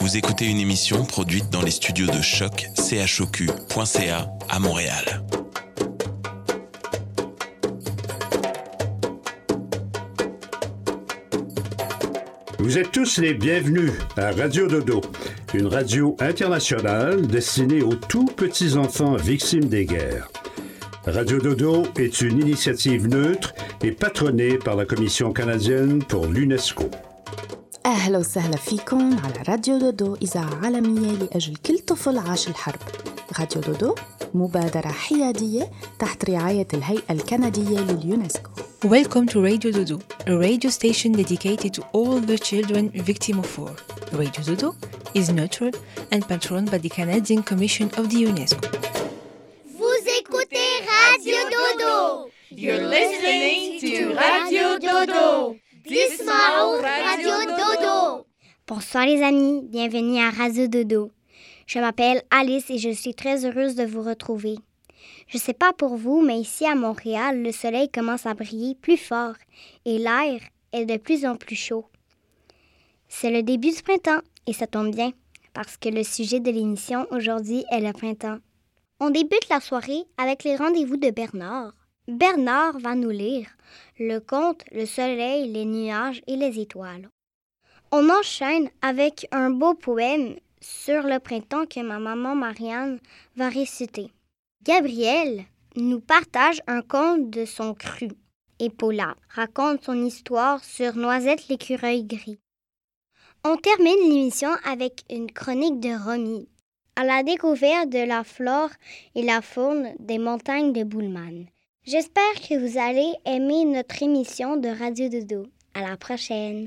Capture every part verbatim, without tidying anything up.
Vous écoutez une émission produite dans les studios de Choc, C H O Q point C A à Montréal. Vous êtes tous les bienvenus à Radio Dodo, une radio internationale destinée aux tout petits enfants victimes des guerres. Radio Dodo est une initiative neutre et patronnée par la Commission canadienne pour l'UNESCO. أهلا وسهلا فيكم على راديو دودو إذاعة عالمية لأجل كل طفل عاش الحرب. راديو دودو مبادرة حيادية تحت رعاية الهيئة الكندية لليونسكو. Welcome to Radio Dodo, a radio station dedicated to all the children victims of war. Radio Dodo is neutral and patroned by the Canadian Commission of the UNESCO. Vous écoutez Radio Dodo. You're listening to Radio Dodo. Dismao Radio Dodo. Bonsoir les amis, bienvenue à Radio Dodo. Je m'appelle Alice et je suis très heureuse de vous retrouver. Je ne sais pas pour vous, mais ici à Montréal, le soleil commence à briller plus fort et l'air est de plus en plus chaud. C'est le début du printemps et ça tombe bien parce que le sujet de l'émission aujourd'hui est le printemps. On débute la soirée avec les rendez-vous de Bernard. Bernard va nous lire le conte « Le soleil, les nuages et les étoiles ». On enchaîne avec un beau poème sur le printemps que ma maman Marianne va réciter. Gabriel nous partage un conte de son cru et Paula raconte son histoire sur Noisette l'écureuil gris. On termine l'émission avec une chronique de Romy à la découverte de la flore et la faune des montagnes de Boulman. J'espère que vous allez aimer notre émission de Radio Dodo. À la prochaine!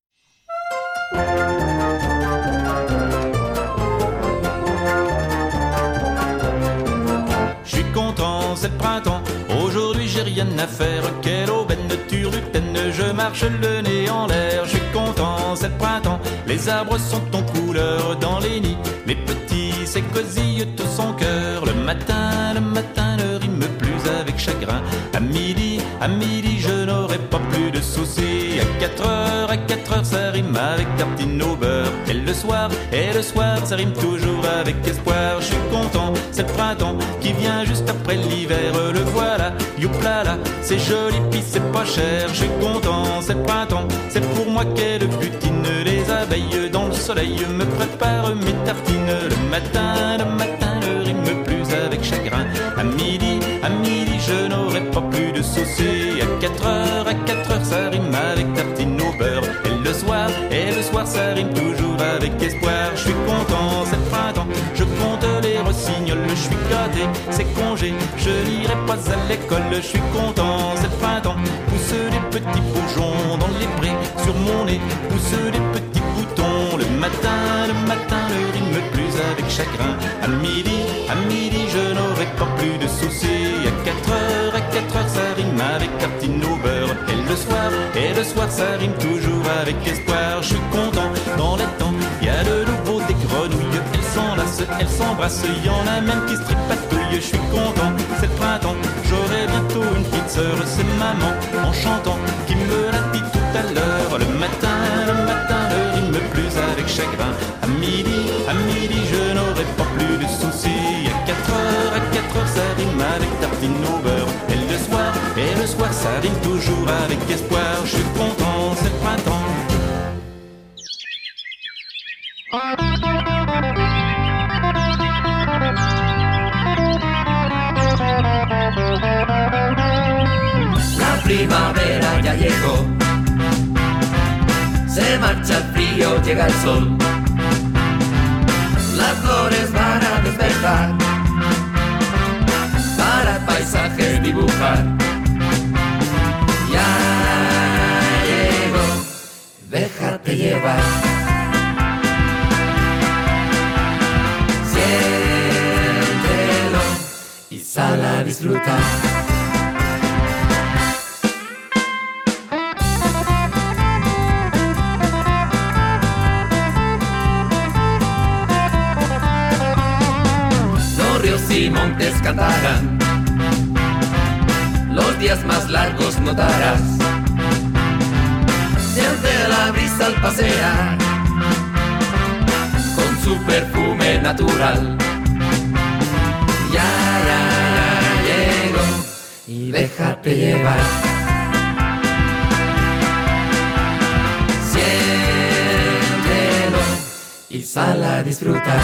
Je suis content, c'est le printemps. Aujourd'hui, j'ai rien à faire. Quelle aubaine turlutaine, je marche le nez en l'air. Je suis content, c'est le printemps. Les arbres sont en couleur dans les nids. Les petits s'écosillent tous en cœur. Le matin, le matin, ne rime plus avec chagrin. À midi, à midi, je n'aurai pas plus de soucis. À quatre heures, à quatre heures, ça rime avec tartine au beurre. Et le soir, et le soir, ça rime toujours avec espoir. Je suis content, c'est le printemps qui vient juste après l'hiver. Le voilà, youplala, c'est joli pis c'est pas cher. Je suis content, c'est le printemps, c'est pour moi qu'elle butine. Les abeilles dans le soleil me préparent mes tartines. Le matin, le matin, ne rime plus avec chagrin. À midi, à midi, je n'aurai pas plus de soucis. À quatre heures, à quatre heures, ça rime avec tartine au beurre. Et le soir, et le soir, ça rime toujours avec espoir. Je suis content, c'est le printemps, je compte les rossignols. Je suis gâté, c'est congé, je n'irai pas à l'école. Je suis content, c'est le printemps, pousse des petits bourgeons dans les prés. Sur mon nez, pousse des petits boutons. Le matin, le matin, ne rime plus avec chagrin. À midi, à midi, je n'aurai pas plus de soucis. À quatre heures, à quatre heures, ça rime avec tartine au beurre. Et le soir, et le soir, ça rime toujours avec espoir. Je suis content, dans les temps, il y a de nouveau des grenouilles. Elles s'enlacent, elles s'embrassent, il y en a même qui se tripatouillent. Je suis content, c'est le printemps, j'aurai bientôt une petite sœur. C'est maman, en chantant, qui me l'a dit tout à l'heure. Le matin, le matin, ne rime plus avec chagrin. À midi, à midi, je n'aurai pas plus de soucis. À quatre heures, à quatre heures, ça rime avec tartine au beurre. Et le soir, et le soir, ça rime toujours avec espoir. Je suis content, c'est le printemps. La primavera ya llegó, se marcha el frío, llega el sol. Las flores van a despertar, para el paisaje dibujar. Ya llegó, déjate llevar. Siéntelo y sal a disfrutar. Y montes cantarán, los días más largos notarás, siente la brisa al pasear, su perfume natural. Ya, ya, ya llegó y déjate llevar. Siéntelo y sal a disfrutar.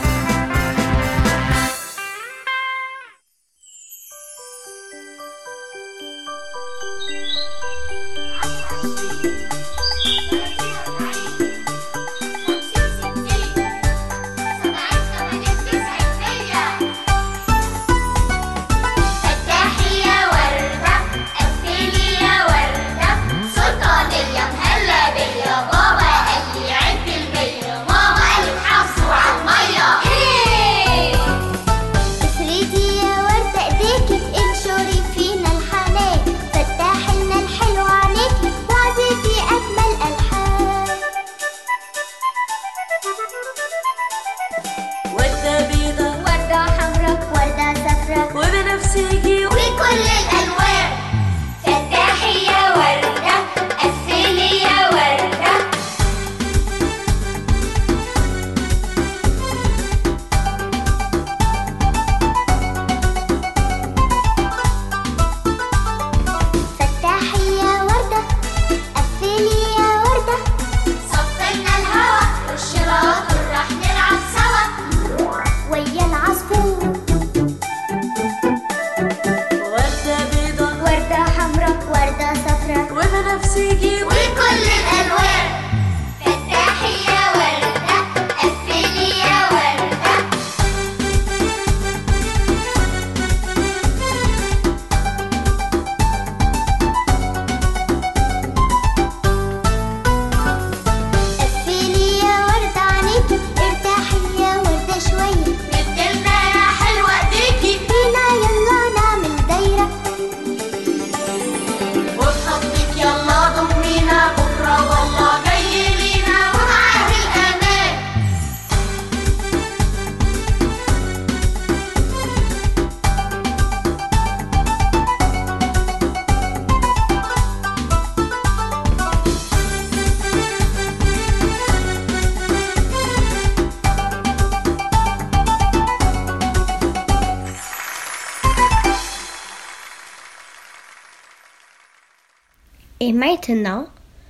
Et maintenant,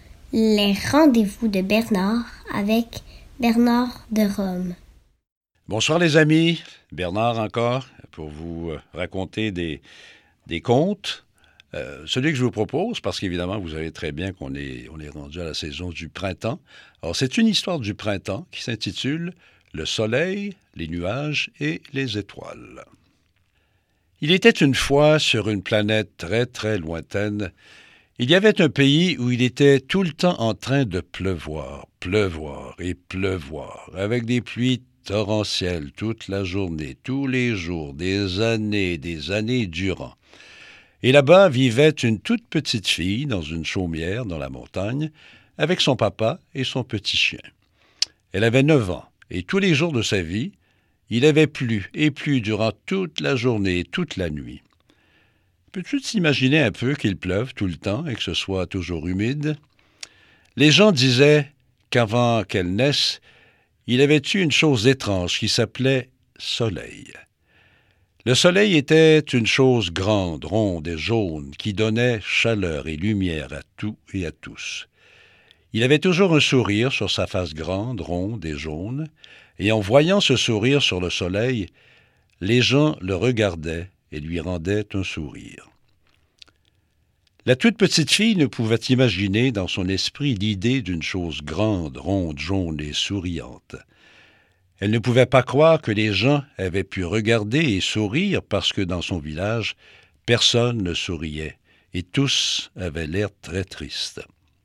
les rendez-vous de Bernard avec Bernard de Rome. Bonsoir les amis, Bernard encore, pour vous raconter des, des contes. Euh, celui que je vous propose, parce qu'évidemment, vous savez très bien qu'on est, on est rendu à la saison du printemps. Alors, c'est une histoire du printemps qui s'intitule « Le soleil, les nuages et les étoiles ». Il était une fois sur une planète très, très lointaine. Il y avait un pays où il était tout le temps en train de pleuvoir, pleuvoir et pleuvoir, avec des pluies torrentielles toute la journée, tous les jours, des années, des années durant. Et là-bas vivait une toute petite fille dans une chaumière dans la montagne, avec son papa et son petit chien. Elle avait neuf ans, et tous les jours de sa vie, il avait plu et plu durant toute la journée et toute la nuit. Peux-tu t'imaginer un peu qu'il pleuve tout le temps et que ce soit toujours humide? Les gens disaient qu'avant qu'elle naisse, il avait eu une chose étrange qui s'appelait soleil. Le soleil était une chose grande, ronde et jaune qui donnait chaleur et lumière à tout et à tous. Il avait toujours un sourire sur sa face grande, ronde et jaune, et en voyant ce sourire sur le soleil, les gens le regardaient et lui rendait un sourire. La toute petite fille ne pouvait imaginer dans son esprit l'idée d'une chose grande, ronde, jaune et souriante. Elle ne pouvait pas croire que les gens avaient pu regarder et sourire parce que dans son village, personne ne souriait et tous avaient l'air très tristes.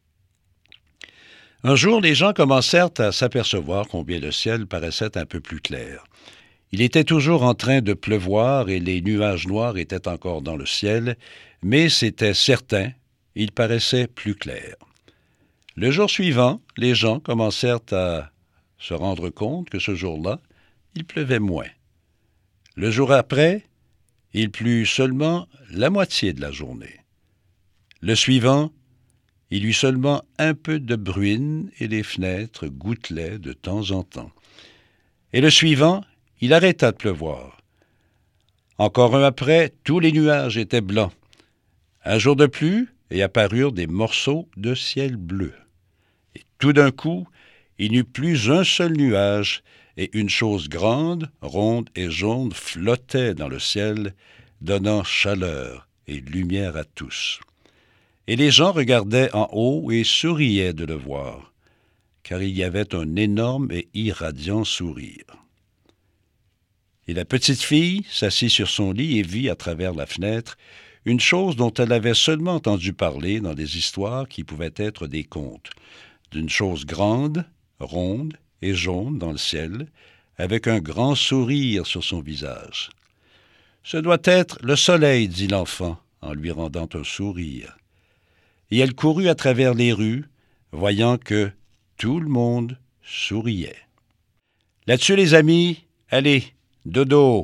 Un jour, les gens commencèrent à s'apercevoir combien le ciel paraissait un peu plus clair. Il était toujours en train de pleuvoir et les nuages noirs étaient encore dans le ciel, mais c'était certain, il paraissait plus clair. Le jour suivant, les gens commencèrent à se rendre compte que ce jour-là, il pleuvait moins. Le jour après, il plut seulement la moitié de la journée. Le suivant, il eut seulement un peu de bruine et les fenêtres gouttelaient de temps en temps. Et le suivant, il arrêta de pleuvoir. Encore un après, tous les nuages étaient blancs. Un jour de plus, et apparurent des morceaux de ciel bleu. Et tout d'un coup, il n'y eut plus un seul nuage, et une chose grande, ronde et jaune flottait dans le ciel, donnant chaleur et lumière à tous. Et les gens regardaient en haut et souriaient de le voir, car il y avait un énorme et irradiant sourire. Et la petite fille s'assit sur son lit et vit à travers la fenêtre une chose dont elle avait seulement entendu parler dans des histoires qui pouvaient être des contes, d'une chose grande, ronde et jaune dans le ciel, avec un grand sourire sur son visage. « Ce doit être le soleil, dit l'enfant, en lui rendant un sourire. Et elle courut à travers les rues, voyant que tout le monde souriait. Là-dessus, les amis, allez, dodo!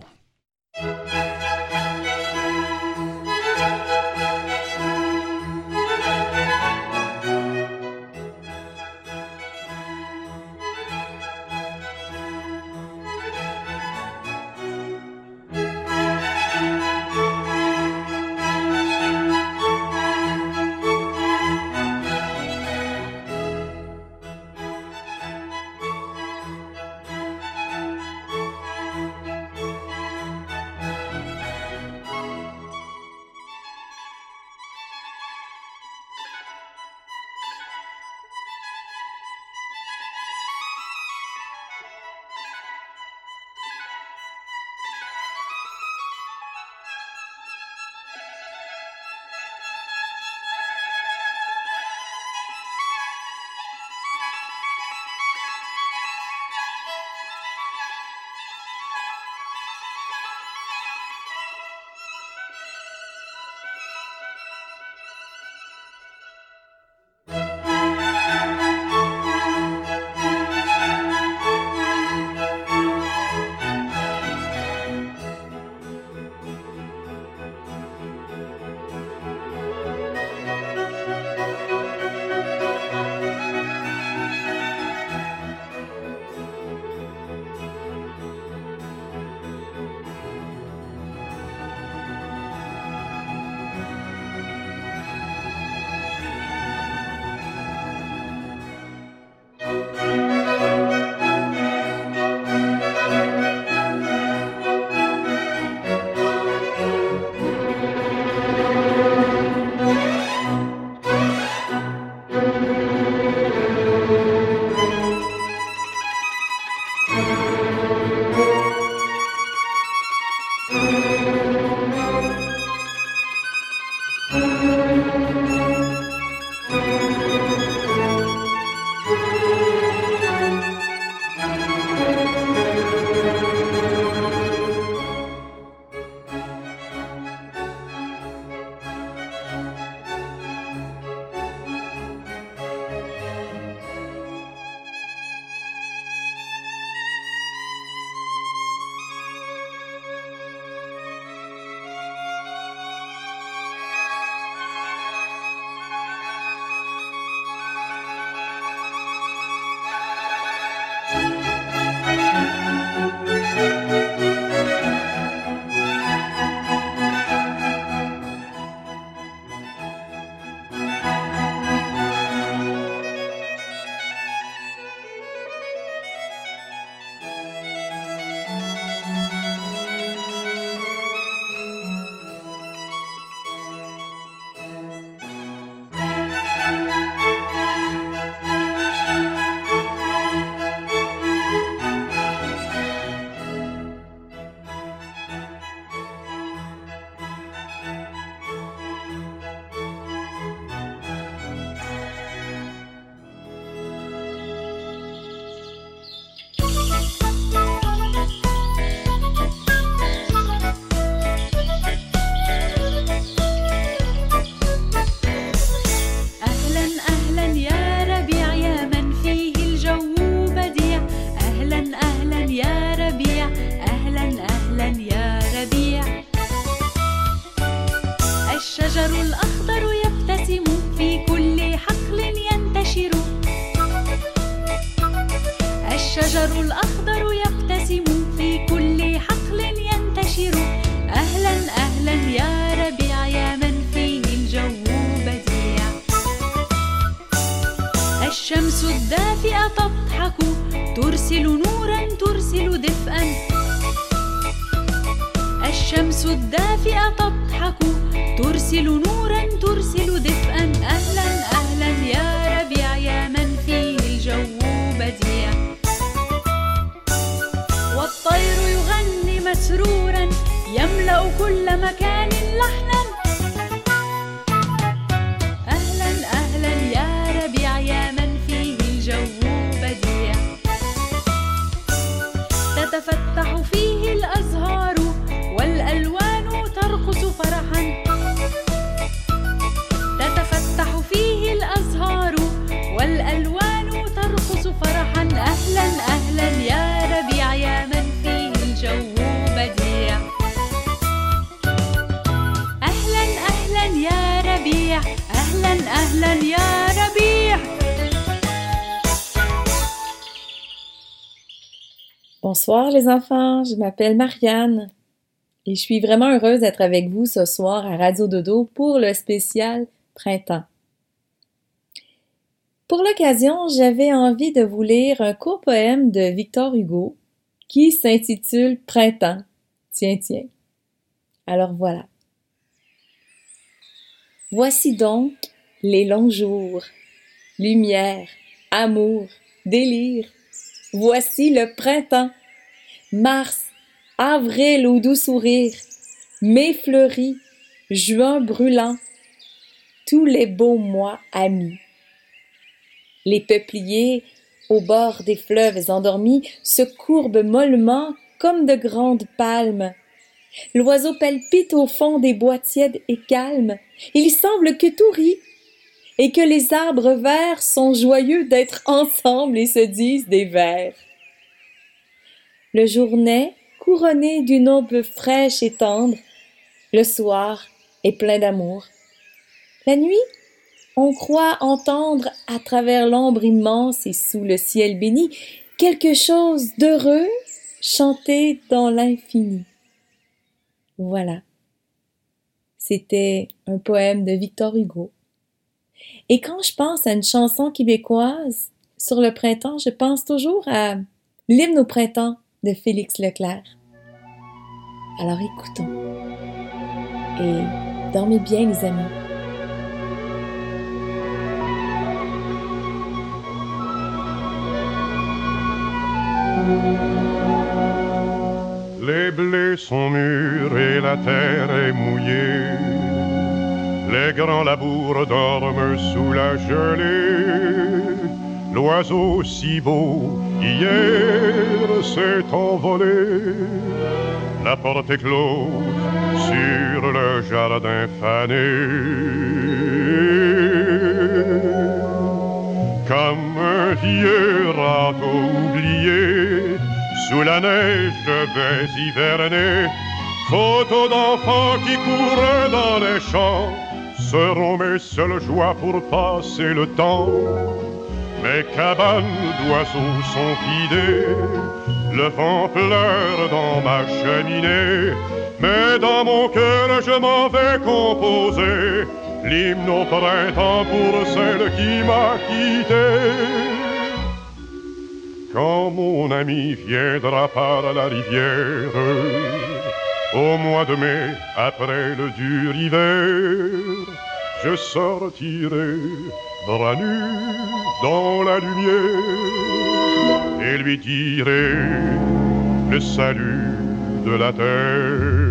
الشجر الأخضر يبتسم الشمس الدافئة تضحك ترسل نورا ترسل دفئا الشمس الدافئة تضحك ترسل نورا ترسل دفئا أهلا أهلا يا ربيع يا من فيه الجو بديع والطير يغني مسرورا يملأ كل مكان لحنا أهلا أهلا يا ربيع يا من فيه الجو بديع تتفتح فيه الأزهار والألوان ترقص فرحا تتفتح فيه الأزهار والألوان ترقص فرحا أهلا أهلا يا ربيع يا من فيه الجو بديع أهلا أهلا يا ربيع أهلا أهلا يا ربيع. Bonsoir les enfants, je m'appelle Marianne et je suis vraiment heureuse d'être avec vous ce soir à Radio Dodo pour le spécial Printemps. Pour l'occasion, j'avais envie de vous lire un court poème de Victor Hugo qui s'intitule Printemps. Tiens, tiens. Alors voilà. Voici donc les longs jours, lumière, amour, délire. Voici le printemps, mars, avril au doux sourire, mai fleuri, juin brûlant, tous les beaux mois amis. Les peupliers, au bord des fleuves endormis, se courbent mollement comme de grandes palmes. L'oiseau palpite au fond des bois tièdes et calmes. Il semble que tout rit et que les arbres verts sont joyeux d'être ensemble et se disent des vers. Le jour naît couronné d'une aube fraîche et tendre. Le soir est plein d'amour. La nuit, on croit entendre à travers l'ombre immense et sous le ciel béni quelque chose d'heureux chanter dans l'infini. Voilà. C'était un poème de Victor Hugo. Et quand je pense à une chanson québécoise sur le printemps, je pense toujours à l'hymne au printemps de Félix Leclerc. Alors écoutons. Et dormez bien les amis. Les blés sont mûrs et la terre est mouillée. Les grands labours dorment sous la gelée. L'oiseau si beau hier s'est envolé. La porte est close sur le jardin fané. Comme un vieux râteau oublié, sous la neige je vais hiverner. Photos d'enfants qui courent dans les champs seront mes seules joies pour passer le temps. Mes cabanes d'oiseaux sont vidées, le vent pleure dans ma cheminée. Mais dans mon cœur je m'en vais composer l'hymne au printemps pour celle qui m'a quitté. Quand mon ami viendra par la rivière, au mois de mai, après le dur hiver, je sortirai bras nus dans la lumière et lui dirai le salut de la terre.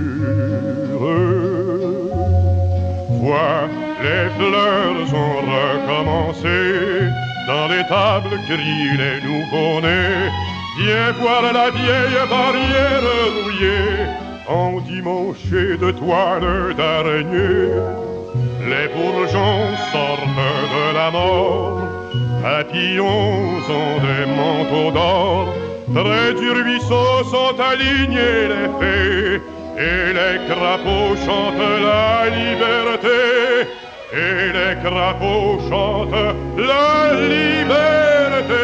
Vois, les fleurs ont recommencé, dans les tables crient les nouveaux-nés. Viens voir la vieille barrière rouillée, endimanchée de toiles d'araignée. Les bourgeons sortent de la mort, papillons ont des manteaux d'or. Près du ruisseau sont alignés les fées, et les crapauds chantent la liberté. Et les crapauds chantent la liberté.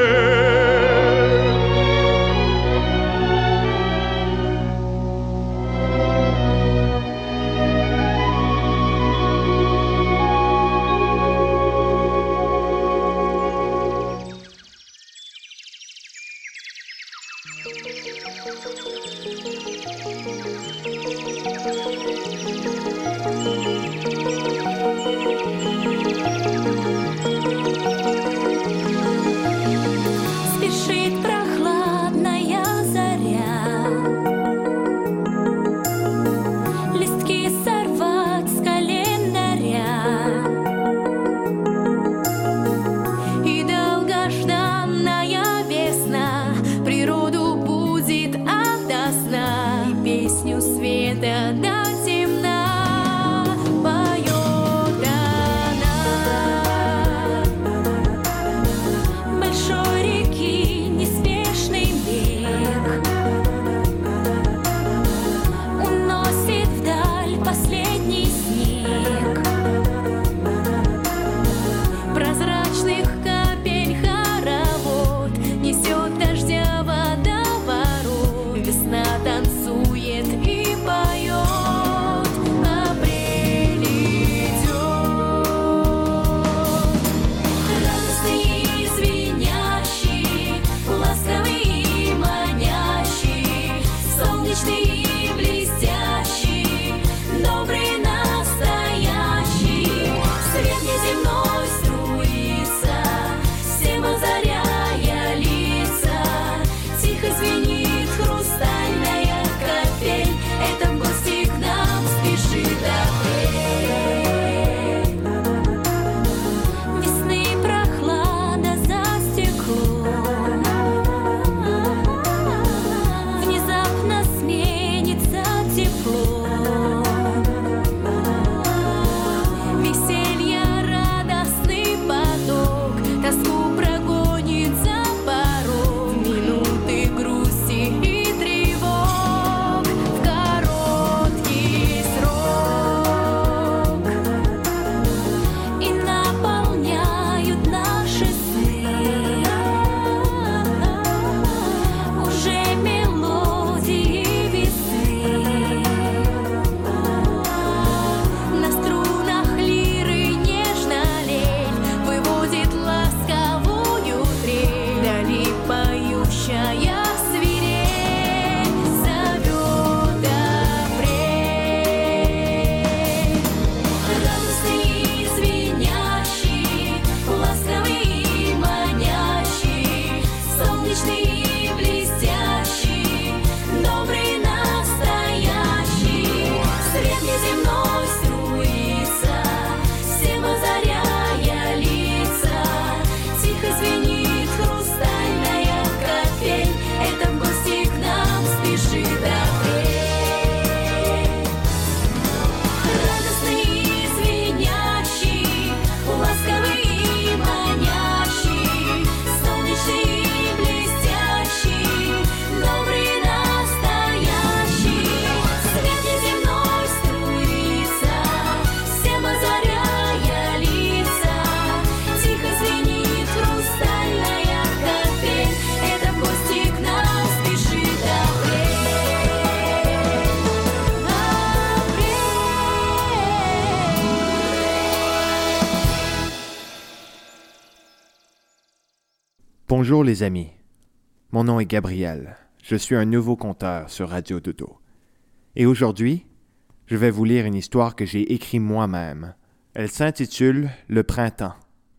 Bonjour les amis, mon nom est Gabriel, je suis un nouveau conteur sur Radio Dodo. Et aujourd'hui, je vais vous lire une histoire que j'ai écrite moi-même. Elle s'intitule « Le printemps ».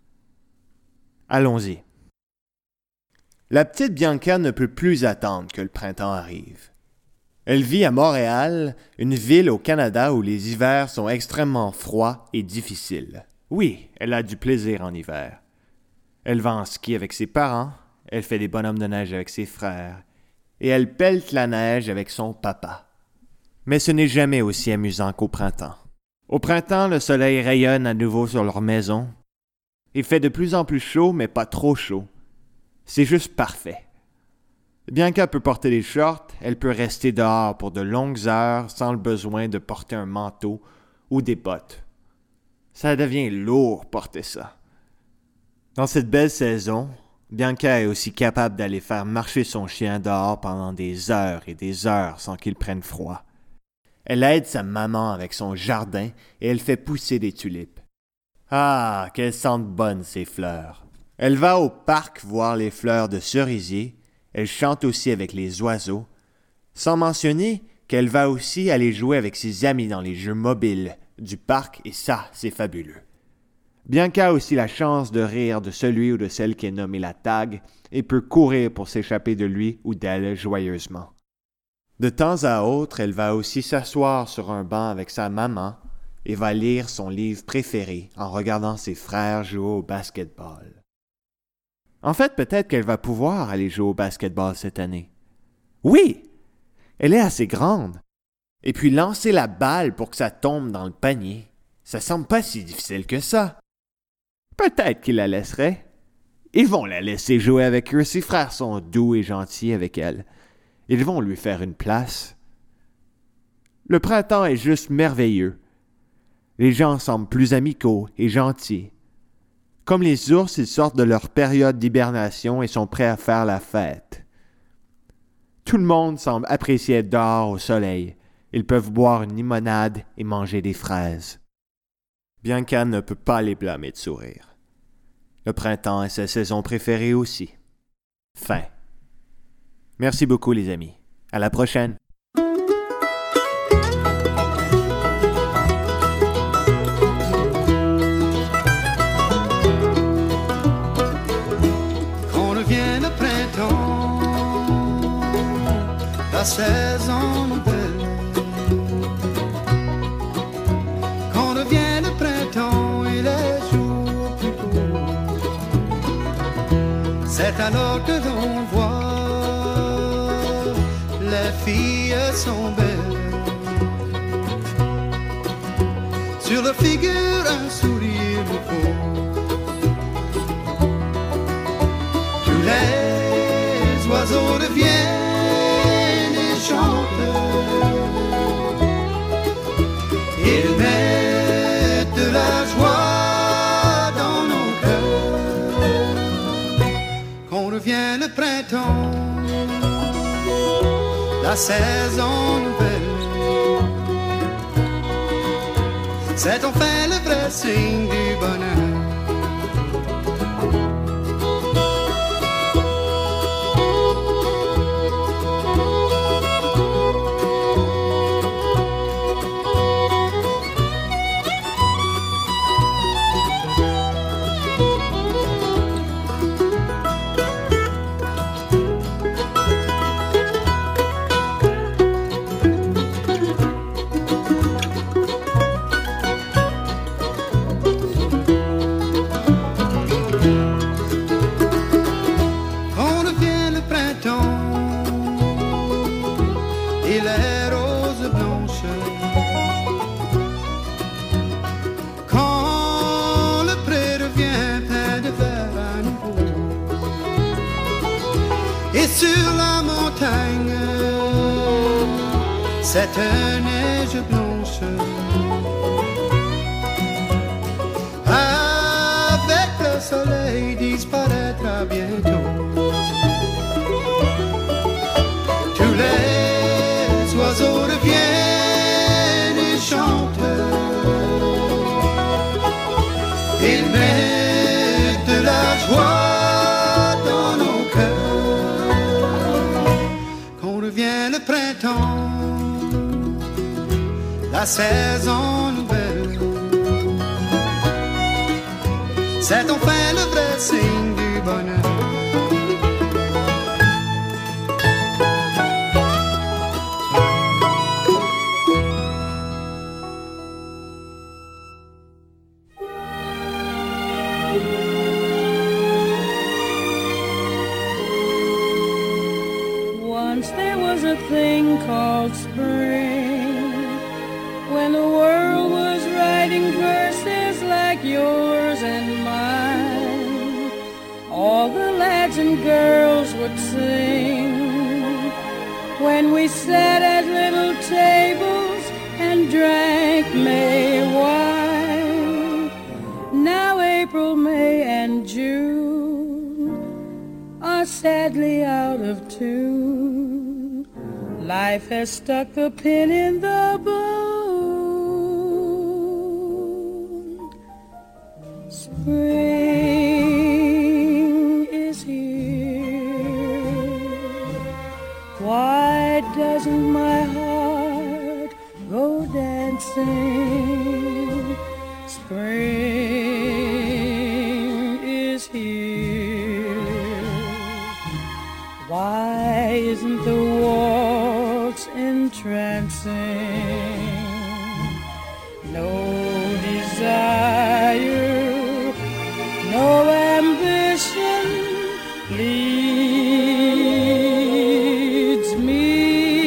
Allons-y. La petite Bianca ne peut plus attendre que le printemps arrive. Elle vit à Montréal, une ville au Canada où les hivers sont extrêmement froids et difficiles. Oui, elle a du plaisir en hiver. Elle va en ski avec ses parents, elle fait des bonhommes de neige avec ses frères, et elle pèlte la neige avec son papa. Mais ce n'est jamais aussi amusant qu'au printemps. Au printemps, le soleil rayonne à nouveau sur leur maison. Il fait de plus en plus chaud, mais pas trop chaud. C'est juste parfait. Bianca peut porter des shorts, elle peut rester dehors pour de longues heures sans le besoin de porter un manteau ou des bottes. Ça devient lourd porter ça. Dans cette belle saison, Bianca est aussi capable d'aller faire marcher son chien dehors pendant des heures et des heures sans qu'il prenne froid. Elle aide sa maman avec son jardin et elle fait pousser des tulipes. Ah, qu'elles sentent bonnes ces fleurs. Elle va au parc voir les fleurs de cerisier, elle chante aussi avec les oiseaux, sans mentionner qu'elle va aussi aller jouer avec ses amis dans les jeux mobiles du parc et ça, c'est fabuleux. Bianca a aussi la chance de rire de celui ou de celle qui est nommée la tag et peut courir pour s'échapper de lui ou d'elle joyeusement. De temps à autre, elle va aussi s'asseoir sur un banc avec sa maman et va lire son livre préféré en regardant ses frères jouer au basketball. En fait, peut-être qu'elle va pouvoir aller jouer au basketball cette année. Oui! Elle est assez grande. Et puis lancer la balle pour que ça tombe dans le panier, ça semble pas si difficile que ça. Peut-être qu'ils la laisseraient. Ils vont la laisser jouer avec eux. Ses frères sont doux et gentils avec elle. Ils vont lui faire une place. Le printemps est juste merveilleux. Les gens semblent plus amicaux et gentils. Comme les ours, ils sortent de leur période d'hibernation et sont prêts à faire la fête. Tout le monde semble apprécier être dehors au soleil. Ils peuvent boire une limonade et manger des fraises. Bianca ne peut pas les blâmer de sourire. Le printemps est sa saison préférée aussi. Fin. Merci beaucoup les amis. À la prochaine. Quand revient le printemps, la saison nouvelle. Quand revient le printemps et les jours plus beaux, c'est alors que l'on voit les filles sont belles. Sur leur figure un sourire nouveau. Tous les oiseaux reviennent et chantent. Ils mettent de la joie dans nos cœurs. Quand revient le printemps, la saison nouvelle, c'est enfin le vrai signe du bonheur. Cette neige blanche, avec le soleil, disparaîtra bientôt. Tous les oiseaux reviennent et chantent. Ils mettent de la joie dans nos cœurs. Quand revient le printemps, la saison nouvelle, c'est enfin le vrai signe du bonheur. Once there was a thing called spring, when the world was writing verses like yours and mine. All the lads and girls would sing when we sat at little tables and drank May wine. Now April, May, and June are sadly out of tune. Life has stuck the pin in the bone. Spring is here. Why doesn't my heart go dancing. Spring is here. Why isn't the waltz entrancing? No desire, no ambition leads me.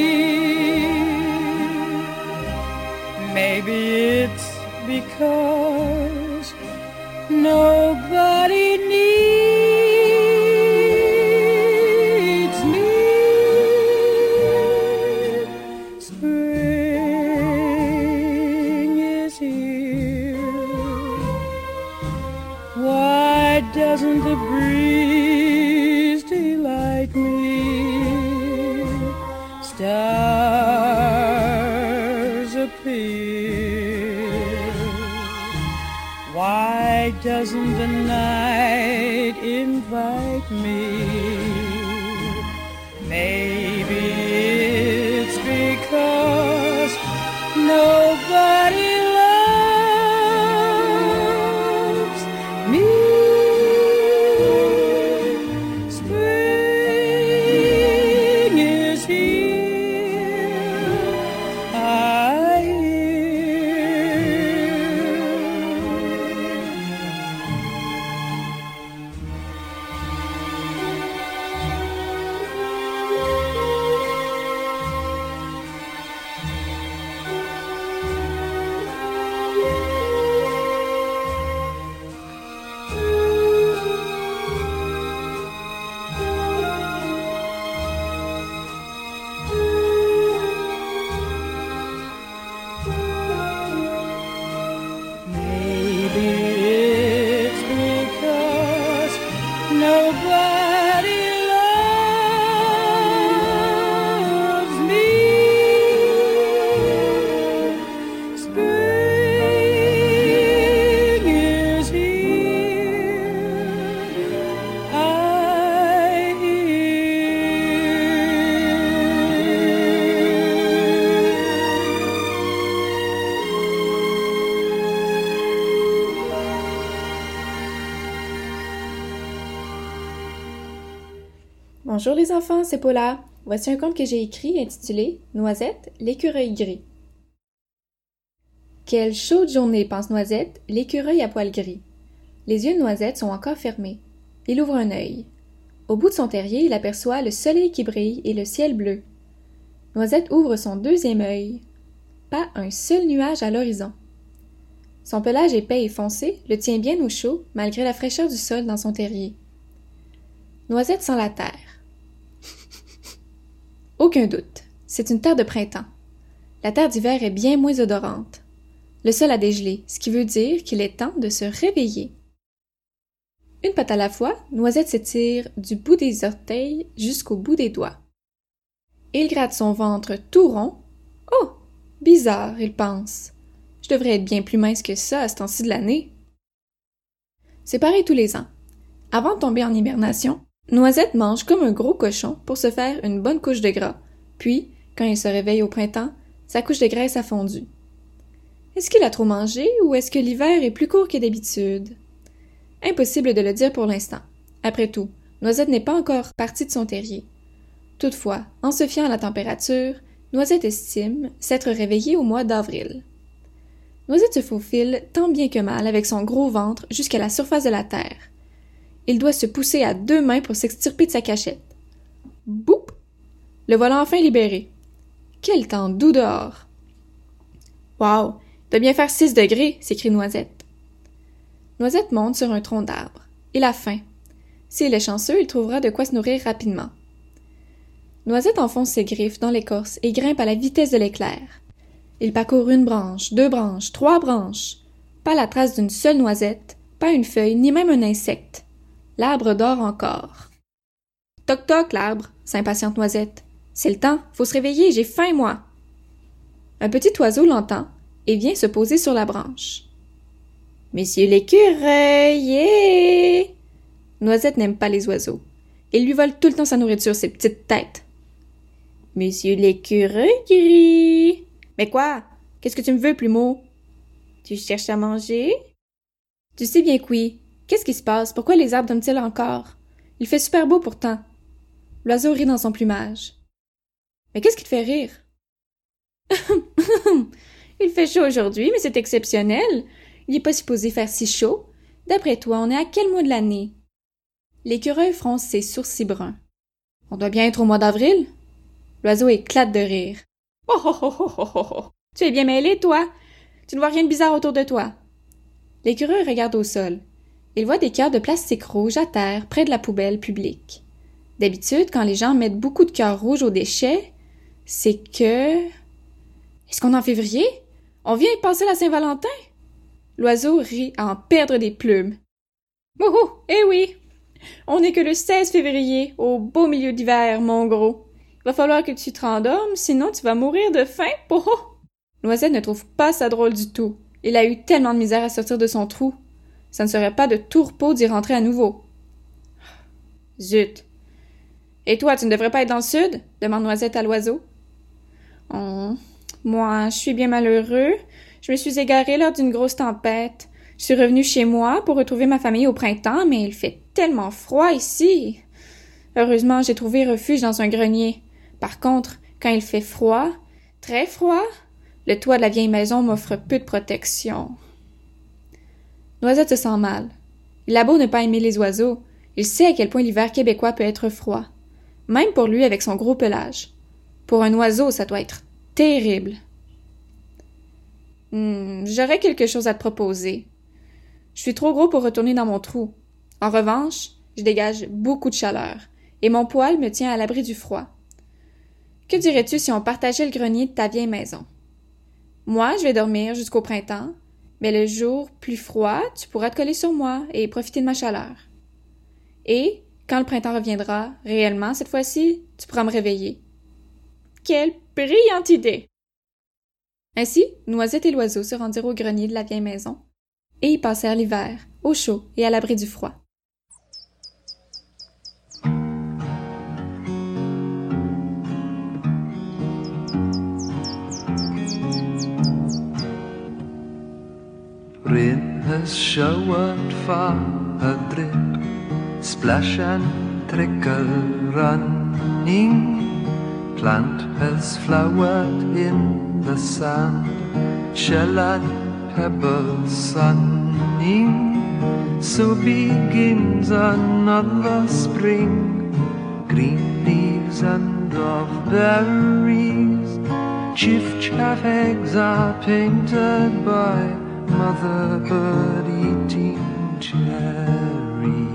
Maybe it's because nobody needs me. Spring is here. Why doesn't the breeze delight me? Stars appear. Why doesn't the night invite me? Maybe it's because nobody loves me. Spring is here. I Maybe it's because nobody loves me. Spring is here. I Bonjour les enfants, c'est Paula. Voici un conte que j'ai écrit intitulé Noisette, l'écureuil gris. Quelle chaude journée, pense Noisette, l'écureuil à poil gris. Les yeux de Noisette sont encore fermés. Il ouvre un œil. Au bout de son terrier, il aperçoit le soleil qui brille et le ciel bleu. Noisette ouvre son deuxième œil. Pas un seul nuage à l'horizon. Son pelage épais et foncé le tient bien au chaud malgré la fraîcheur du sol dans son terrier. Noisette sent la terre. Aucun doute, c'est une terre de printemps. La terre d'hiver est bien moins odorante. Le sol a dégelé, ce qui veut dire qu'il est temps de se réveiller. Une patte à la fois, Noisette s'étire du bout des orteils jusqu'au bout des doigts. Il gratte son ventre tout rond. Oh, bizarre, il pense. Je devrais être bien plus mince que ça à ce temps-ci de l'année. C'est pareil tous les ans. Avant de tomber en hibernation, Noisette mange comme un gros cochon pour se faire une bonne couche de gras, puis, quand il se réveille au printemps, sa couche de graisse a fondu. Est-ce qu'il a trop mangé ou est-ce que l'hiver est plus court que d'habitude? Impossible de le dire pour l'instant. Après tout, Noisette n'est pas encore partie de son terrier. Toutefois, en se fiant à la température, Noisette estime s'être réveillée au mois d'avril. Noisette se faufile tant bien que mal avec son gros ventre jusqu'à la surface de la terre. Il doit se pousser à deux mains pour s'extirper de sa cachette. Boup! Le voilà enfin libéré. Quel temps doux dehors! Wow! Il doit bien faire six degrés, s'écrie Noisette. Noisette monte sur un tronc d'arbre. Il a faim. S'il est chanceux, il trouvera de quoi se nourrir rapidement. Noisette enfonce ses griffes dans l'écorce et grimpe à la vitesse de l'éclair. Il parcourt une branche, deux branches, trois branches. Pas la trace d'une seule noisette, pas une feuille, ni même un insecte. L'arbre dort encore. Toc toc, l'arbre, s'impatiente Noisette. C'est le temps, faut se réveiller, j'ai faim, moi. Un petit oiseau l'entend et vient se poser sur la branche. Monsieur l'écureuil, yeah! Noisette n'aime pas les oiseaux. Ils lui volent tout le temps sa nourriture, ses petites têtes. Monsieur l'écureuil gris, Mais quoi? Qu'est-ce que tu me veux, plumeau? Tu cherches à manger? Tu sais bien que oui. Qu'est-ce qui se passe? Pourquoi les arbres donnent-ils encore? Il fait super beau pourtant. L'oiseau rit dans son plumage. Mais qu'est-ce qui te fait rire? Il fait chaud aujourd'hui, mais c'est exceptionnel. Il n'est pas supposé faire si chaud. D'après toi, on est à quel mois de l'année? L'écureuil fronce ses sourcils bruns. On doit bien être au mois d'avril? L'oiseau éclate de rire. Oh oh oh oh oh oh! Tu es bien mêlé, toi! Tu ne vois rien de bizarre autour de toi. L'écureuil regarde au sol. Il voit des cœurs de plastique rouge à terre près de la poubelle publique. D'habitude, quand les gens mettent beaucoup de cœurs rouges aux déchets, c'est que... Est-ce qu'on est en février? On vient de passer la Saint-Valentin? L'oiseau rit à en perdre des plumes. Oh oh! Eh oui! On n'est que le seize février, au beau milieu d'hiver, mon gros. Il va falloir que tu te rendormes, sinon tu vas mourir de faim. Oh oh! Noisette ne trouve pas ça drôle du tout. Il a eu tellement de misère à sortir de son trou. Ça ne serait pas de tout repos d'y rentrer à nouveau. Zut! Et toi, tu ne devrais pas être dans le sud? Demande Noisette à l'oiseau. Oh, moi, je suis bien malheureux. Je me suis égaré lors d'une grosse tempête. Je suis revenu chez moi pour retrouver ma famille au printemps, mais il fait tellement froid ici. Heureusement, j'ai trouvé refuge dans un grenier. Par contre, quand il fait froid, très froid, le toit de la vieille maison m'offre peu de protection. Noisette se sent mal. Il a beau ne pas aimer les oiseaux, il sait à quel point l'hiver québécois peut être froid. Même pour lui avec son gros pelage. Pour un oiseau, ça doit être terrible. Hmm, j'aurais quelque chose à te proposer. Je suis trop gros pour retourner dans mon trou. En revanche, je dégage beaucoup de chaleur, et mon poil me tient à l'abri du froid. Que dirais-tu si on partageait le grenier de ta vieille maison? Moi, je vais dormir jusqu'au printemps, mais le jour plus froid, tu pourras te coller sur moi et profiter de ma chaleur. Et, quand le printemps reviendra, réellement, cette fois-ci, tu pourras me réveiller. Quelle brillante idée! Ainsi, Noisette et l'oiseau se rendirent au grenier de la vieille maison, et y passèrent l'hiver, au chaud et à l'abri du froid. Rain has showered far a drip, splash and trickle running. Plant has flowered in the sand, shell and pebble sunning. So begins another spring, green leaves and of berries. Chiff-chaff eggs are painted by mother bird eating cherries.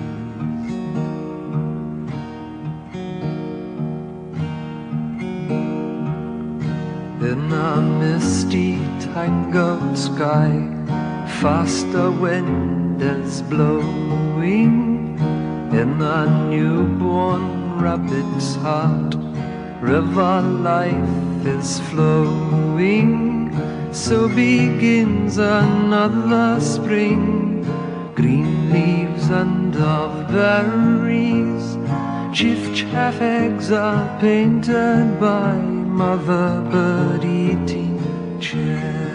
In a misty, tangled sky, faster wind is blowing. In a newborn rabbit's heart, river life is flowing. So begins another spring, green leaves and of berries. Chiff-chaff eggs are painted by mother bird eating cherries.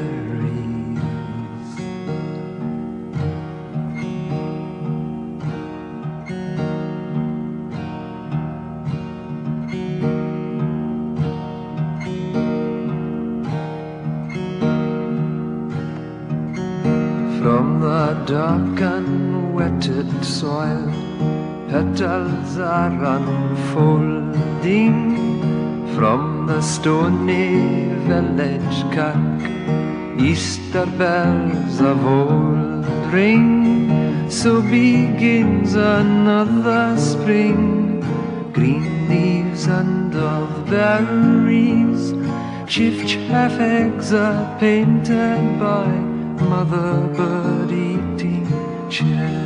From the dark and wetted soil, petals are unfolding. From the stony village kirk, Easter bells of old ring. So begins another spring, green leaves and of berries. Chiff-chaff eggs are painted by mother bird eating cherries.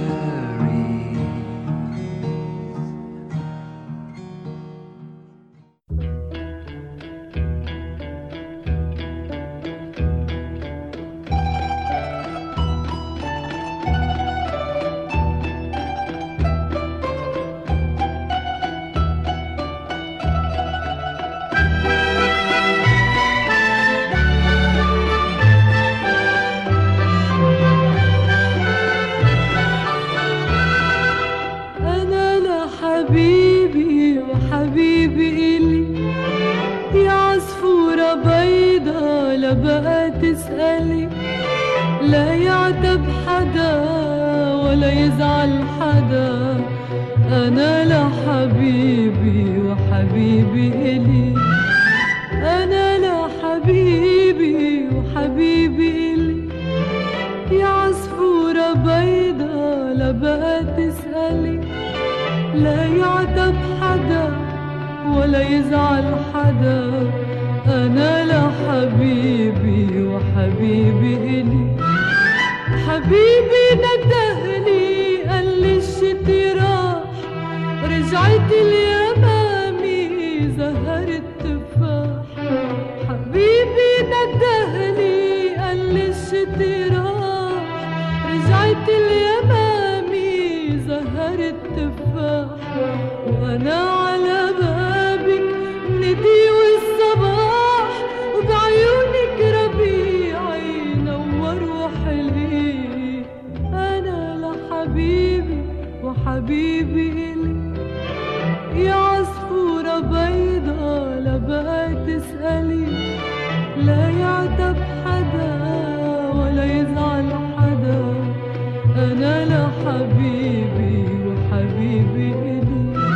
بقى تسألي لا يعتب حدا ولا يزعل حدا أنا لحبيبي وحبيبي إلي أنا لحبيبي وحبيبي إلي يا عصفورة بيضة لا بقى تسألي لا يعتب حدا ولا يزعل حدا أنا لحبيبي وحبيبي إلي حبيبي ندهلي قال لي الشتي راح رجعت اليمامي زهر التفاح حبيبي ندهلي قال لي الشتي راح رجعت اليمامي زهر التفاح وأنا على بابك ندي والصباح وبعيونك ربيعي نور وحلي أنا لحبيبي وحبيبي إلي يا عصفورة بيضة لا بقى تسألي لا يعتب حدا ولا يزعل حدا أنا لحبيبي وحبيبي إلي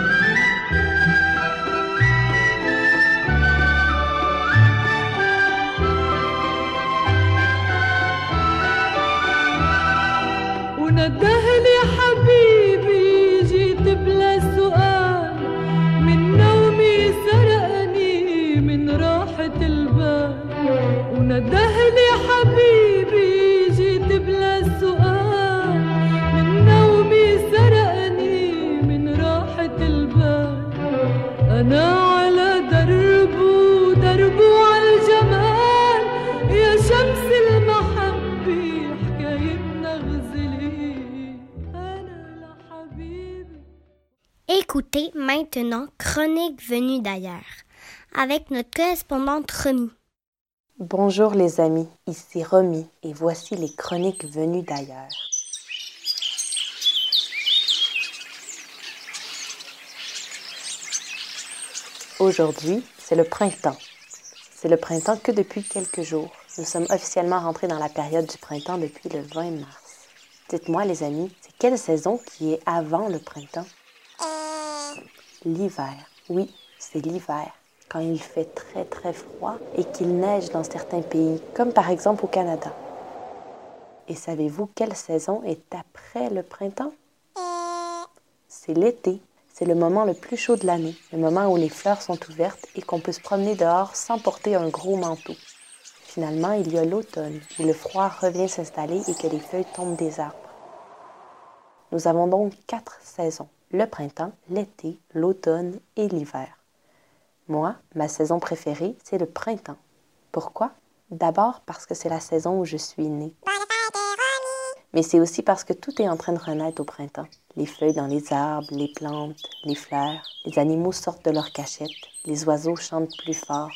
وندهلي حبيبي جيت بلا سؤال من نومي سرقني من راحة البال وندهلي حبيبي جيت بلا سؤال من نومي سرقني من راحة البال أنا على دربه دربه على الجمال يا شمس المحبة حكايتنا غزلي Écoutez maintenant Chronique venue d'ailleurs, avec notre correspondante Romy. Bonjour les amis, ici Romy et voici les chroniques venues d'ailleurs. Aujourd'hui, c'est le printemps. C'est le printemps que depuis quelques jours. Nous sommes officiellement rentrés dans la période du printemps depuis le vingt mars. Dites-moi les amis, c'est quelle saison qui est avant le printemps? L'hiver. Oui, c'est l'hiver, quand il fait très très froid et qu'il neige dans certains pays, comme par exemple au Canada. Et savez-vous quelle saison est après le printemps? C'est l'été. C'est le moment le plus chaud de l'année, le moment où les fleurs sont ouvertes et qu'on peut se promener dehors sans porter un gros manteau. Finalement, il y a l'automne, où le froid revient s'installer et que les feuilles tombent des arbres. Nous avons donc quatre saisons. Le printemps, l'été, l'automne et l'hiver. Moi, ma saison préférée, c'est le printemps. Pourquoi? D'abord parce que c'est la saison où je suis née. Mais c'est aussi parce que tout est en train de renaître au printemps. Les feuilles dans les arbres, les plantes, les fleurs, les animaux sortent de leurs cachettes, les oiseaux chantent plus fort.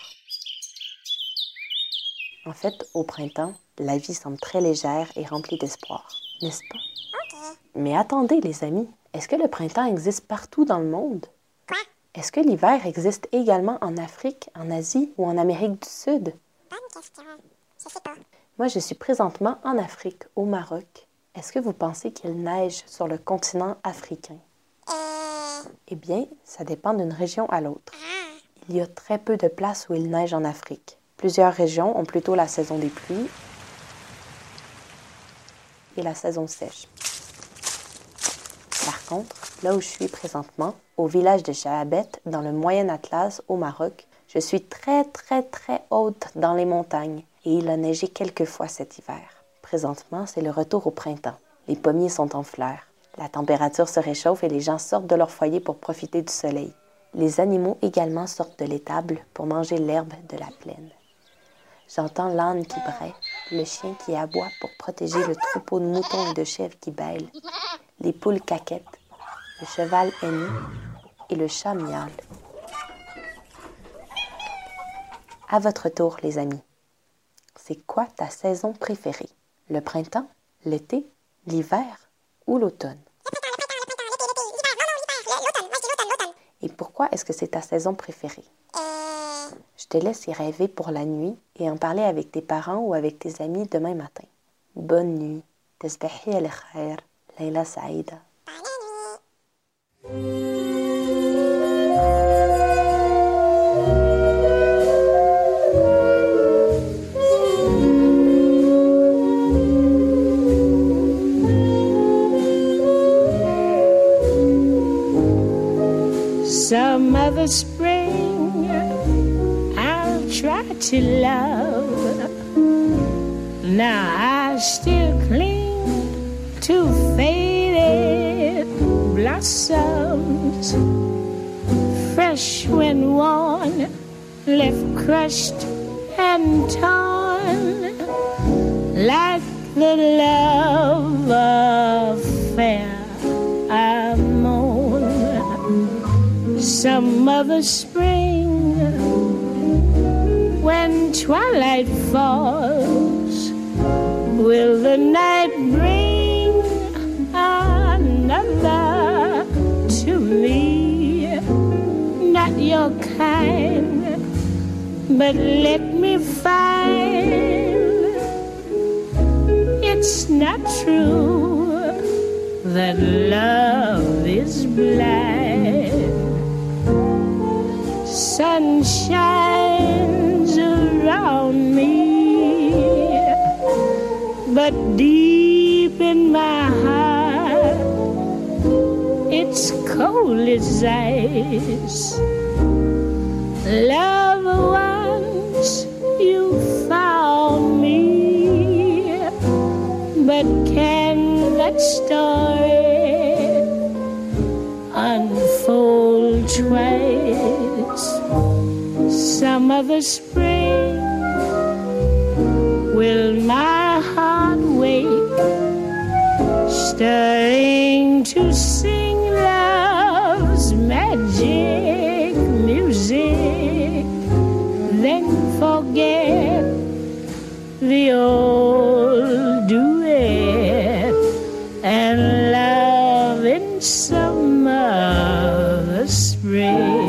En fait, au printemps, la vie semble très légère et remplie d'espoir, n'est-ce pas? Mais attendez les amis, est-ce que le printemps existe partout dans le monde? Quoi? Est-ce que l'hiver existe également en Afrique, en Asie ou en Amérique du Sud? Bonne question. Je sais pas. Moi, je suis présentement en Afrique, au Maroc. Est-ce que vous pensez qu'il neige sur le continent africain? Euh... Eh bien, ça dépend d'une région à l'autre. Ah. Il y a très peu de places où il neige en Afrique. Plusieurs régions ont plutôt la saison des pluies et la saison sèche. Par contre, là où je suis présentement, au village de Chahabet, dans le Moyen Atlas, au Maroc, je suis très très très haute dans les montagnes et il a neigé quelques fois cet hiver. Présentement, c'est le retour au printemps. Les pommiers sont en fleurs. La température se réchauffe et les gens sortent de leur foyer pour profiter du soleil. Les animaux également sortent de l'étable pour manger l'herbe de la plaine. J'entends l'âne qui braie, le chien qui aboie pour protéger le troupeau de moutons et de chèvres qui bêlent, les poules caquettent, le cheval hennit et le chat miaule. À votre tour, les amis. C'est quoi ta saison préférée? Le printemps, l'été, l'hiver ou l'automne? Et pourquoi est-ce que c'est ta saison préférée? Je te laisse y rêver pour la nuit et en parler avec tes parents ou avec tes amis demain matin. Bonne nuit. تصبحي على خير. ليلة سعيدة. Some other spring I'll try to love. Now I still cling to faded blossoms, fresh when worn, left crushed and torn, like the love affair I mourn. Some other spring, when twilight falls, will the night bring another to me? Not your kind, but let me find it's not true that love is blind. Sun shines around me, but deep in my heart it's cold as ice. Love, once you found me, but can that story unfold twice? Some other spring will my heart wake, stirring to sing love's magic music, then forget the old duet and love in some other spring.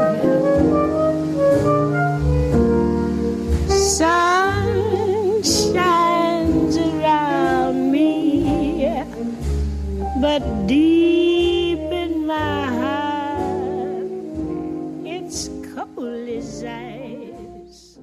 Sun shines around me, but deep in my heart it's cold as ice.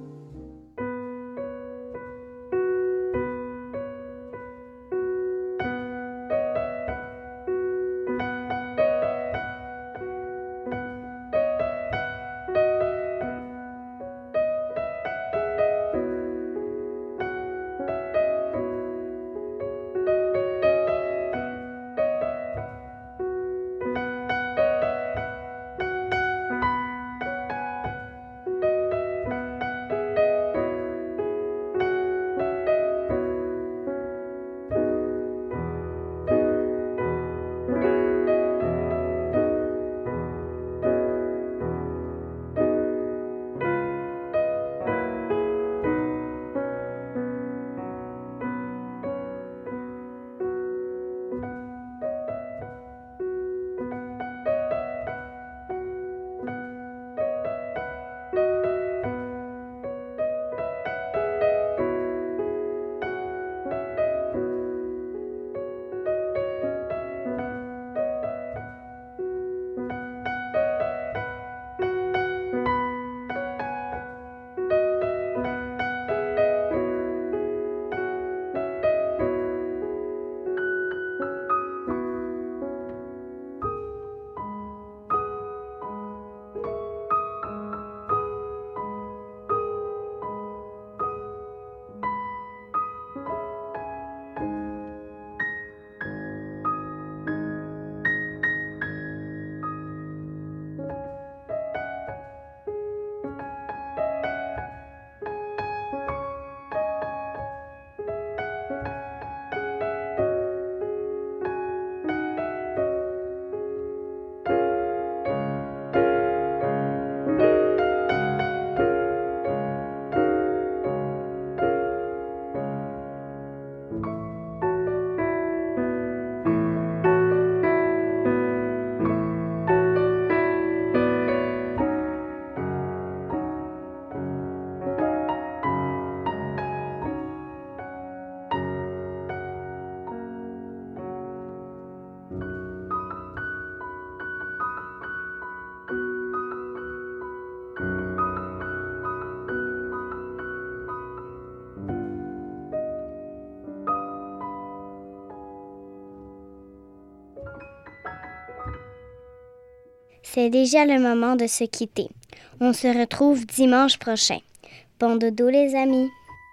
C'est déjà le moment de se quitter. On se retrouve dimanche prochain. Bon dodo les amis!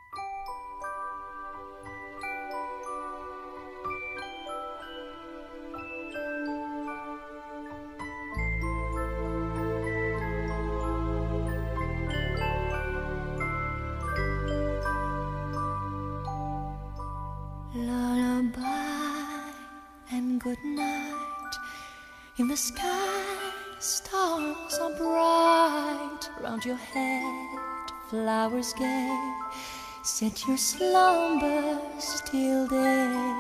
Lullaby and good night. In the sky, stars are bright. Round your head, flowers gay. Set your slumbers till day.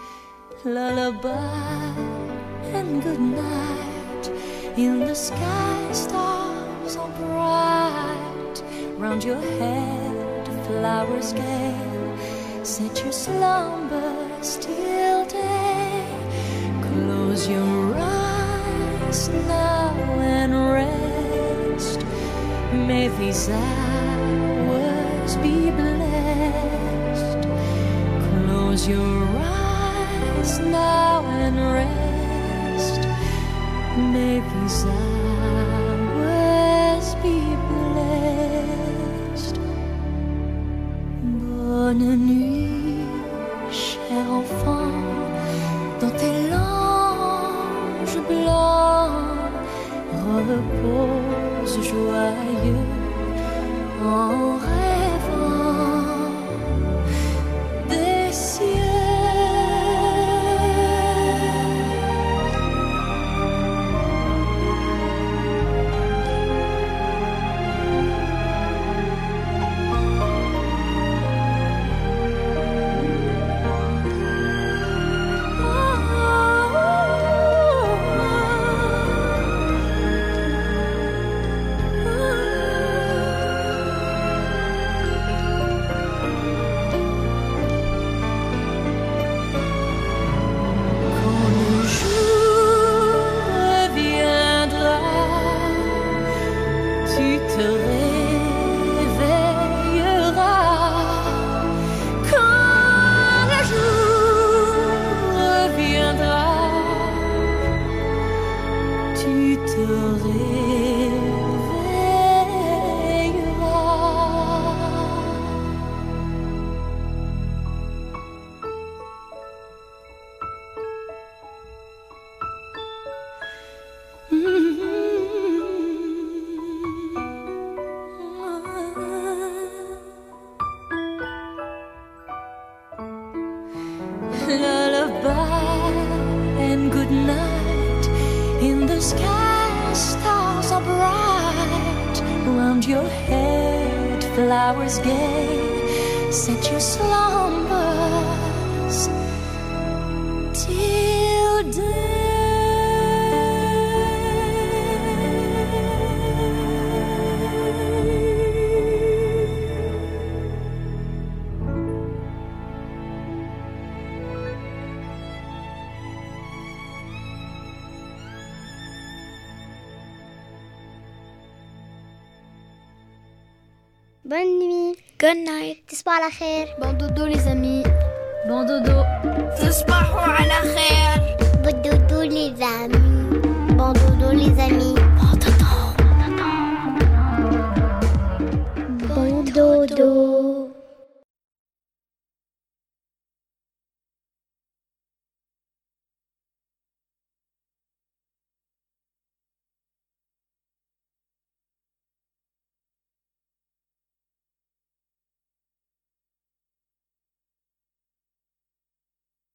Lullaby and good night. In the sky, stars are bright. Round your head, flowers gay. Set your slumbers till day. Close your eyes now and rest. May these hours be blessed. Close your eyes now and rest. May these hours be blessed. Bonne nuit, cher enfant, dans tes langes blancs, repose joyeux en rêvant des cieux. Flowers gay, set your slumbers till day. Bonne nuit. Good night. تصبحوا على خير. Bon dodo les amis. Bon dodo. تصبحوا على خير. Bon dodo les amis.